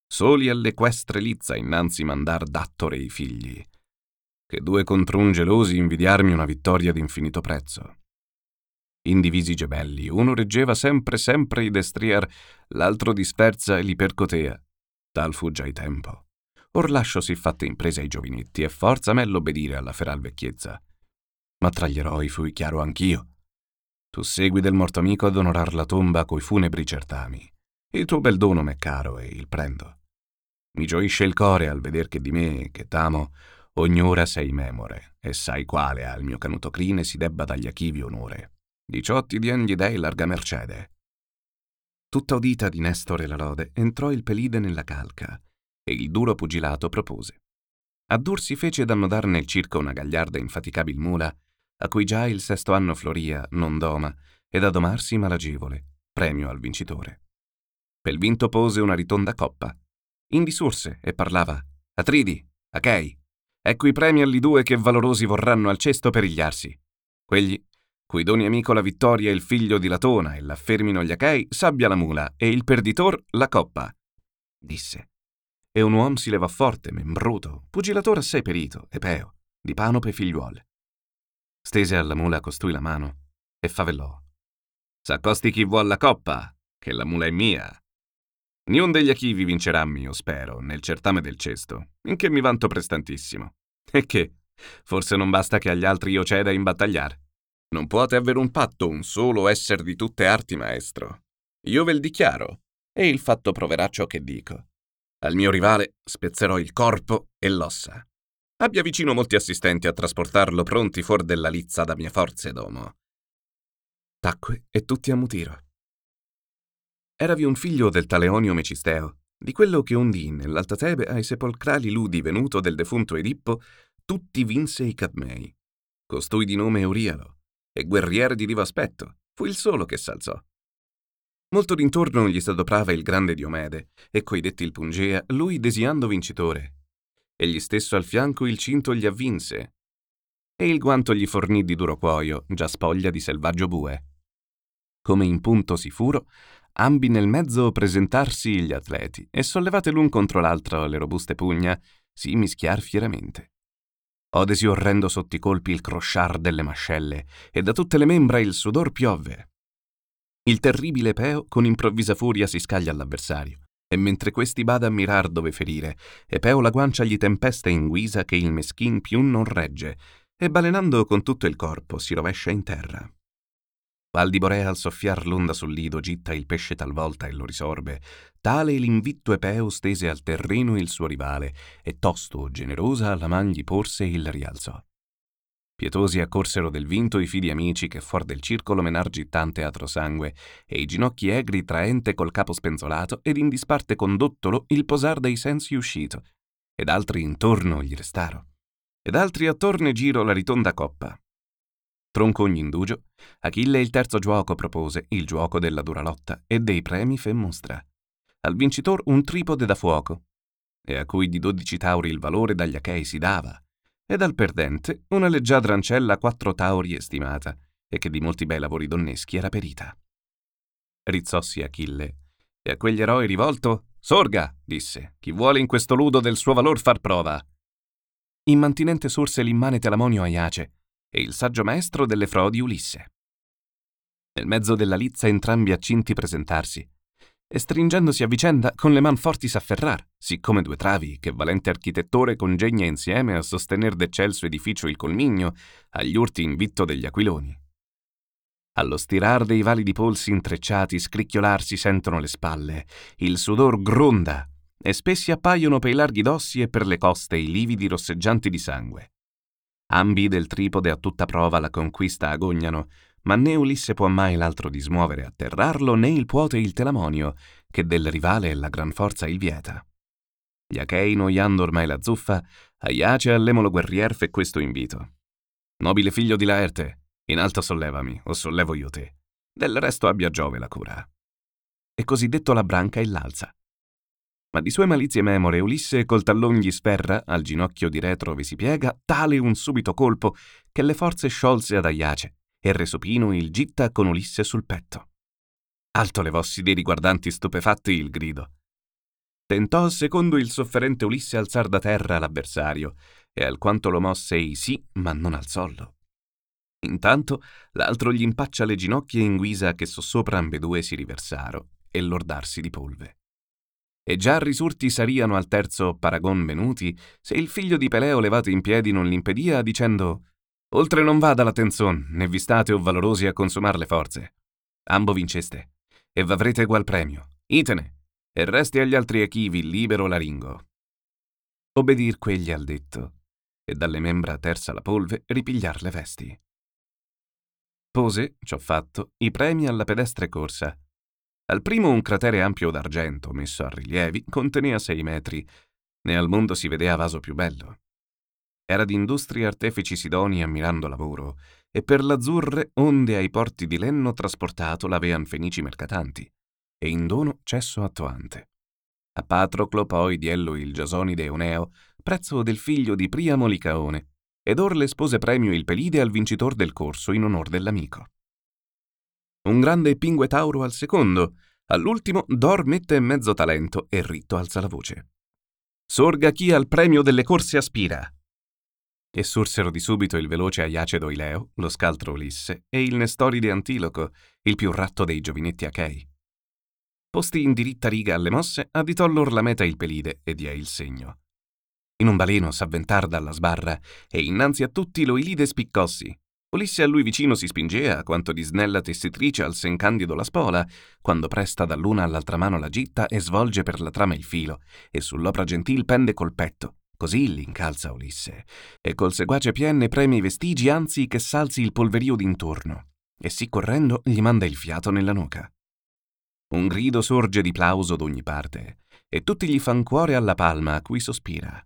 soli all'equestre lizza innanzi mandar d'attore i figli, che due contro un gelosi invidiarmi una vittoria d'infinito prezzo. Indivisi gemelli, uno reggeva sempre i destrier, l'altro dispersa e l'ipercotea. Tal fu già il tempo. Or lascio siffatte imprese ai giovinetti e forza me l'obbedire alla feral vecchiezza. Ma tra gli eroi fui chiaro anch'io. Tu segui del morto amico ad onorar la tomba coi funebri certami. Il tuo bel dono m'è caro e il prendo. Mi gioisce il core al veder che di me, che t'amo, ogni ora sei memore, e sai quale al mio canuto crine si debba dagli Achivi onore. 18 dien gli dei larga mercede. Tutta udita di Nestore la lode, entrò il Pelide nella calca, e il duro pugilato propose. A dur si fece d'annodar nel circo una gagliarda infaticabil mula, a cui già il 6° anno floria, non doma, ed a domarsi malagevole, premio al vincitore. Pel vinto pose una ritonda coppa. Indi surse e parlava: Atridi, Achei, ecco i premi alli due che valorosi vorranno al cesto perigliarsi. Quegli, cui doni amico la vittoria il figlio di Latona e l'affermino gli Achei, sabbia la mula e il perditor la coppa. Disse. E un uom si levò forte, membruto, pugilator assai perito, Epeo, di Panope figliuol. Stese alla mula costui la mano e favellò. S'accosti chi vuol la coppa, che la mula è mia. Niun degli Achivi vincerà, mio spero, nel certame del cesto, in che mi vanto prestantissimo. E che, forse non basta che agli altri io ceda in battagliar. Non puote avere un patto un solo esser di tutte arti maestro. Io vel dichiaro, e il fatto proverà ciò che dico. Al mio rivale spezzerò il corpo e l'ossa. Abbia vicino molti assistenti a trasportarlo pronti fuor della lizza da mie forze d'uomo. Tacque e tutti ammutiro. Eravi un figlio del Taleonio Mecisteo, di quello che un dì nell'Alta Tebe ai sepolcrali ludi venuto del defunto Edippo, tutti vinse i Cadmei. Costui di nome Eurialo, e guerriere di vivo aspetto, fu il solo che s'alzò. Molto d'intorno gli s'adoprava il grande Diomede, e coi detti il pungea, lui desiando vincitore. Egli stesso al fianco il cinto gli avvinse, e il guanto gli fornì di duro cuoio, già spoglia di selvaggio bue. Come in punto sicuro, ambi nel mezzo presentarsi gli atleti, e sollevate l'un contro l'altro le robuste pugna, si mischiar fieramente. Odesi orrendo sotto i colpi il crosciar delle mascelle, e da tutte le membra il sudor piove. Il terribile Epeo con improvvisa furia si scaglia all'avversario, e mentre questi bada a mirar dove ferire, Epeo la guancia gli tempesta in guisa che il meschin più non regge, e balenando con tutto il corpo si rovescia in terra. Val di Borea al soffiar l'onda sul lido gitta il pesce talvolta e lo risorbe, tale l'invitto Epeo stese al terreno il suo rivale, e tosto, generosa, alla man gli porse e il rialzò. Pietosi accorsero del vinto i fidi amici che fuor del circolo menar gittante atro sangue, e i ginocchi egri traente col capo spenzolato, ed in disparte condottolo il posar dei sensi uscito, ed altri intorno gli restaro, ed altri attorne giro la ritonda coppa. Tronco ogni indugio, Achille il terzo giuoco propose, il giuoco della dura lotta, e dei premi fe mostra. Al vincitor un tripode da fuoco, e a cui di 12 tauri il valore dagli Achei si dava, ed al perdente una leggiadra ancella 4 tauri estimata, e che di molti bei lavori donneschi era perita. Rizzossi Achille, e a quegli eroi rivolto, «Sorga», disse, «chi vuole in questo ludo del suo valor far prova». Immantinente sorse l'immane Telamonio Aiace, e il saggio maestro delle frodi Ulisse. Nel mezzo della lizza entrambi accinti presentarsi, e stringendosi a vicenda con le man forti s'afferrar, siccome due travi che valente architettore congegna insieme a sostener d'eccelso edificio il colmigno agli urti invitto degli aquiloni. Allo stirar dei validi polsi intrecciati scricchiolar si sentono le spalle, il sudor gronda, e spessi appaiono per i larghi dossi e per le coste i lividi rosseggianti di sangue. Ambi del tripode a tutta prova la conquista agognano, ma né Ulisse può mai l'altro dismuovere e atterrarlo, né il puote il Telamonio, che del rivale la gran forza il vieta. Gli Achei, noiando ormai la zuffa, a Iace all'emolo guerrier fe questo invito. Nobile figlio di Laerte, in alto sollevami, o sollevo io te. Del resto abbia Giove la cura. E così detto la branca e l'alza. Ma di sue malizie memore Ulisse col tallon gli sferra, al ginocchio di retro vi si piega, tale un subito colpo, che le forze sciolse ad Aiace, e Resupino il gitta con Ulisse sul petto. Alto levossi dei riguardanti stupefatti il grido. Tentò secondo il sofferente Ulisse alzar da terra l'avversario, e alquanto lo mosse ei sì, ma non alzollo. Intanto l'altro gli impaccia le ginocchia in guisa che sossopra ambedue si riversaro, e lordarsi di polve. E già risurti sariano al terzo paragon venuti, se il figlio di Peleo levato in piedi non l'impedia, dicendo: «Oltre non vada la tenzon, né vi state o valorosi a consumar le forze. Ambo vinceste, e v'avrete egual premio. Itene, e resti agli altri echivi libero laringo». Obbedir quegli al detto, e dalle membra tersa la polve ripigliar le vesti. Pose, ciò fatto, i premi alla pedestre corsa. Al primo un cratere ampio d'argento, messo a rilievi, contenea 6 metri, né al mondo si vedea vaso più bello. Era d'industrie artefici sidoni ammirando lavoro, e per l'azzurre onde ai porti di Lenno trasportato l'avean fenici mercatanti, e in dono cesso attuante. A Patroclo poi diello il Giasonide Euneo, prezzo del figlio di Priamo Licaone, ed or le spose premio il Pelide al vincitor del corso in onor dell'amico. Un grande pingue tauro al secondo, all'ultimo d'or mette mezzo talento e ritto alza la voce. «Sorga chi al premio delle corse aspira!» E sursero di subito il veloce Aiace Ileo, lo scaltro Ulisse e il Nestoride Antiloco, il più ratto dei giovinetti achei. Posti in diritta riga alle mosse, additò lor la meta il Pelide e diè il segno. In un baleno s'avventar dalla sbarra, e innanzi a tutti lo Ilide spiccossi. Ulisse a lui vicino si spingea, quanto di snella tessitrice al sen candido la spola, quando presta dall'una all'altra mano la gitta e svolge per la trama il filo, e sull'opra gentil pende col petto. Così l'incalza Ulisse, e col seguace pienne preme i vestigi, anzi che s'alzi il polverio d'intorno, e sì correndo gli manda il fiato nella nuca. Un grido sorge di plauso d'ogni parte, e tutti gli fan cuore alla palma a cui sospira.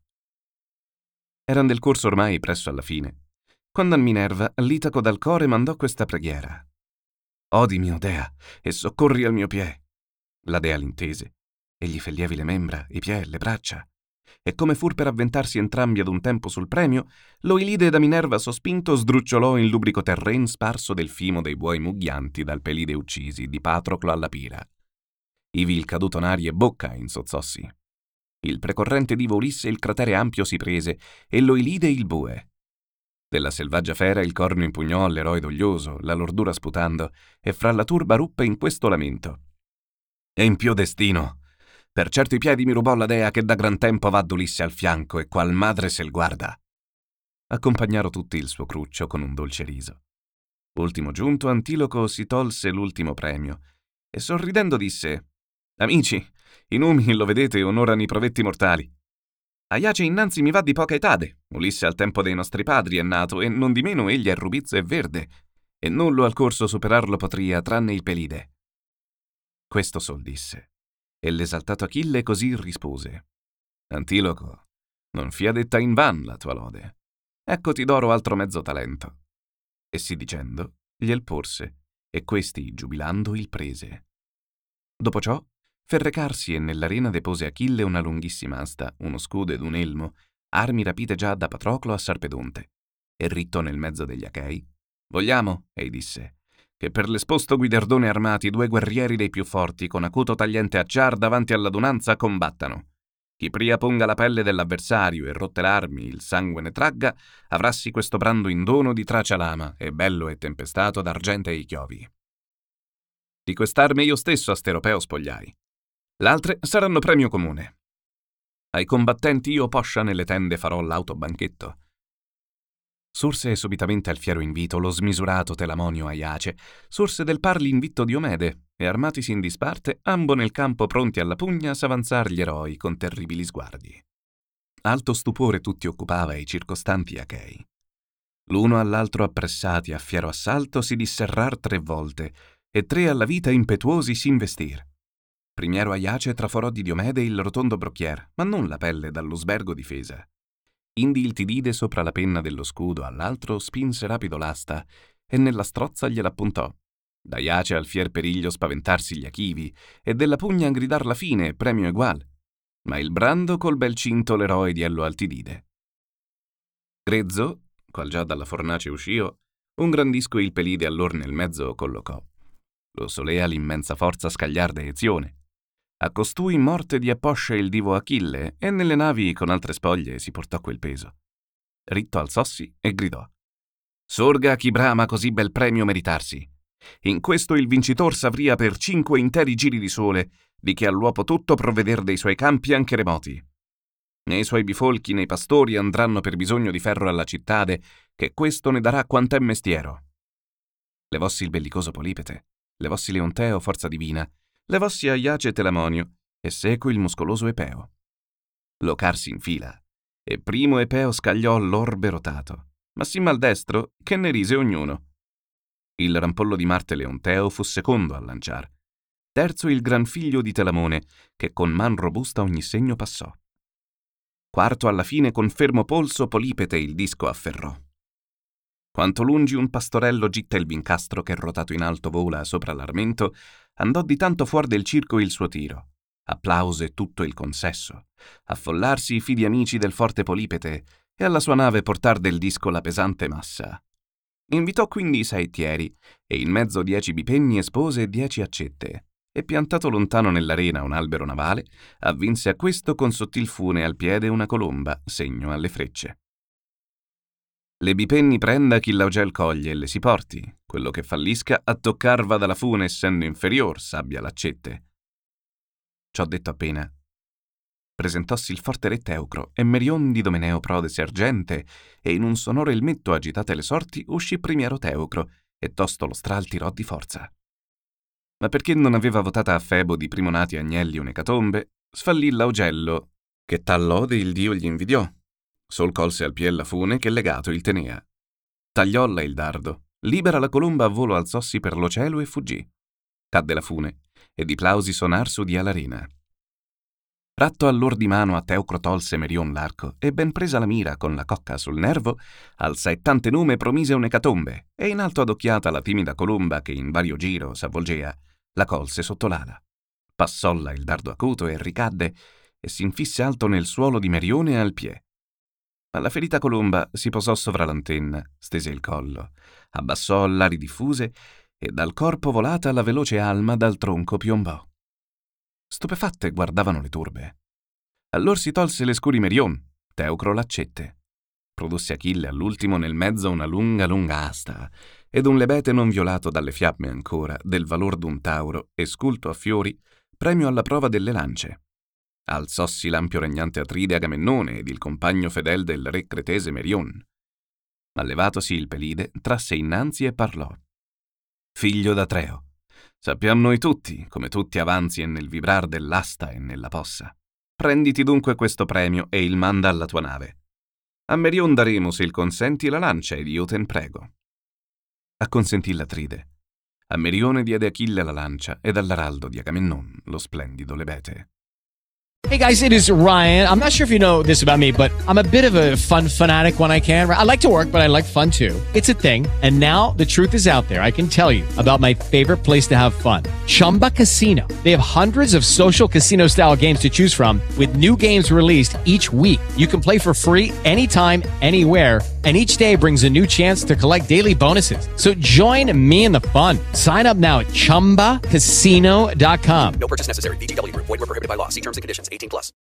Eran del corso ormai presso alla fine, quando a Minerva l'Itaco dal core mandò questa preghiera: «Odi mio dea, e soccorri al mio pie». La dea l'intese, e gli fe lievi le membra, i piè, le braccia, e come fur per avventarsi entrambi ad un tempo sul premio, lo Ilide da Minerva sospinto sdrucciolò in lubrico terren sparso del fimo dei buoi mugghianti dal Pelide uccisi di Patroclo alla pira. Ivi il caduto n'aria e bocca insozzossi. Il precorrente divo Ulisse il cratere ampio si prese, e lo Ilide il bue. Della selvaggia fera il corno impugnò all'eroe doglioso, la lordura sputando, e fra la turba ruppe in questo lamento: «E in pio destino! Per certo i piedi mi rubò la dea che da gran tempo va d'Ulisse al fianco, e qual madre se l guarda». Accompagnaro tutti il suo cruccio con un dolce riso. Ultimo giunto, Antiloco si tolse l'ultimo premio, e sorridendo disse: «Amici, i numi, lo vedete, onorano i provetti mortali. Aiace innanzi mi va di poca etade, Ulisse al tempo dei nostri padri è nato, e non di meno egli è rubizzo e verde, e nullo al corso superarlo potria, tranne il Pelide». Questo sol disse, e l'esaltato Achille così rispose: «Antiloco, non fia detta invan la tua lode. Eccoti d'oro altro mezzo talento». E sì dicendo, gliel porse, e questi, giubilando, il prese. Dopo ciò, fer recarsi, e nell'arena depose Achille una lunghissima asta, uno scudo ed un elmo, armi rapite già da Patroclo a Sarpedonte. E ritto nel mezzo degli Achei: «Vogliamo», ei disse, «che per l'esposto guidardone armati 2 guerrieri dei più forti con acuto tagliente acciar davanti all'adunanza combattano. Chi pria ponga la pelle dell'avversario e rotte l'armi il sangue ne tragga, avrassi questo brando in dono di tracia lama e bello e tempestato d'argentei chiovi. Di quest'arme io stesso a Steropeo spogliai. L'altre saranno premio comune. Ai combattenti io poscia nelle tende farò l'autobanchetto». Sorse subitamente al fiero invito lo smisurato Telamonio Aiace, sorse del par l'invitto Diomede, e armatisi in disparte, ambo nel campo pronti alla pugna s'avanzar gli eroi con terribili sguardi. Alto stupore tutti occupava i circostanti Achei. L'uno all'altro appressati a fiero assalto si disserrar 3 volte, e 3 alla vita impetuosi s'investir. Primiero Aiace traforò di Diomede il rotondo brocchier, ma non la pelle dallo sbergo difesa. Indi il Tidide sopra la penna dello scudo all'altro spinse rapido l'asta, e nella strozza gliel'appuntò. Da Aiace al fier periglio spaventarsi gli Achivi, e della pugna gridar la fine, premio egual. Ma il brando col bel cinto l'eroe diello al Tidide. Grezzo, qual già dalla fornace uscio, un grandisco il Pelide allor nel mezzo collocò. Lo solea l'immensa forza scagliarda Ezione. A costui morte di Poscia il divo Achille e nelle navi con altre spoglie si portò quel peso. Ritto alzossi e gridò: «Sorga chi brama così bel premio meritarsi. In questo il vincitor s'avria per 5 interi giri di sole, di che all'uopo tutto provveder dei suoi campi anche remoti. Nei suoi bifolchi nei pastori andranno per bisogno di ferro alla cittade, che questo ne darà quant'è mestiero. Levossi il bellicoso Polipete, levossi Leonteo forza divina, levossi Aiace Telamonio, e seco il muscoloso Epeo. Locarsi in fila, e primo Epeo scagliò l'orbe rotato, ma sì maldestro che ne rise ognuno. Il rampollo di Marte Leonteo fu secondo a lanciar, terzo il gran figlio di Telamone, che con man robusta ogni segno passò. Quarto alla fine con fermo polso Polipete il disco afferrò. Quanto lungi un pastorello gitta il vincastro che rotato in alto vola sopra l'armento, andò di tanto fuor del circo il suo tiro. Applause tutto il consesso, affollarsi i fidi amici del forte Polipete e alla sua nave portar del disco la pesante massa. Invitò quindi i saettieri e in mezzo 10 bipenni espose 10 accette e piantato lontano nell'arena un albero navale, avvinse a questo con sottil fune al piede una colomba, segno alle frecce. Le bipenni prenda chi l'augel coglie e le si porti, quello che fallisca a toccar va dalla fune essendo inferior sabbia l'accette. Ciò detto appena, presentossi il forte re Teucro e Merion di Domeneo prode sergente, e in un sonore elmetto agitate le sorti uscì primiero Teucro e tosto lo stral tirò di forza. Ma perché non aveva votata a Febo di primonati agnelli un'ecatombe, sfallì l'augello, che tal lode il dio gli invidiò. Sol colse al piè la fune che legato il tenea. Tagliolla il dardo, libera la colomba a volo alzossi per lo cielo e fuggì. Cadde la fune, e di plausi sonar s'udia l'arena. Ratto allor di mano a Teucro tolse Merion l'arco, e ben presa la mira con la cocca sul nervo, al saettante nume promise un'ecatombe, e in alto adocchiata la timida colomba che in vario giro s'avvolgea, la colse sotto l'ala. Passolla il dardo acuto e ricadde, e s'infisse alto nel suolo di Merione al piè. Ma la ferita colomba si posò sovra l'antenna, stese il collo, abbassò l'ali diffuse, e dal corpo volata la veloce alma dal tronco piombò. Stupefatte guardavano le turbe. Allor si tolse le scuri Merion, Teucro l'accette. Produsse Achille all'ultimo nel mezzo una lunga asta, ed un lebete non violato dalle fiamme ancora, del valor d'un tauro, e sculto a fiori, premio alla prova delle lance. Alzossi l'ampio regnante Atride Agamennone ed il compagno fedel del re cretese Merion. Ma levatosi il Pelide, trasse innanzi e parlò. Figlio d'Atreo, sappiam noi tutti, come tutti avanzi e nel vibrar dell'asta e nella possa. Prenditi dunque questo premio e il manda alla tua nave. A Merion daremo, se il consenti, la lancia ed io ten prego. Acconsentì l'Atride. A Merione diede Achille la lancia ed all'araldo di Agamennon lo splendido lebete. Hey guys, it is Ryan. I'm not sure if you know this about me, but I'm a bit of a fun fanatic when I can. I like to work, but I like fun too. It's a thing. And now the truth is out there. I can tell you about my favorite place to have fun. Chumba Casino. They have hundreds of social casino style games to choose from with new games released each week. You can play for free anytime, anywhere. And each day brings a new chance to collect daily bonuses. So join me in the fun. Sign up now at ChumbaCasino.com. No purchase necessary. VGW Group. Void where prohibited by law. See terms and conditions. 18+.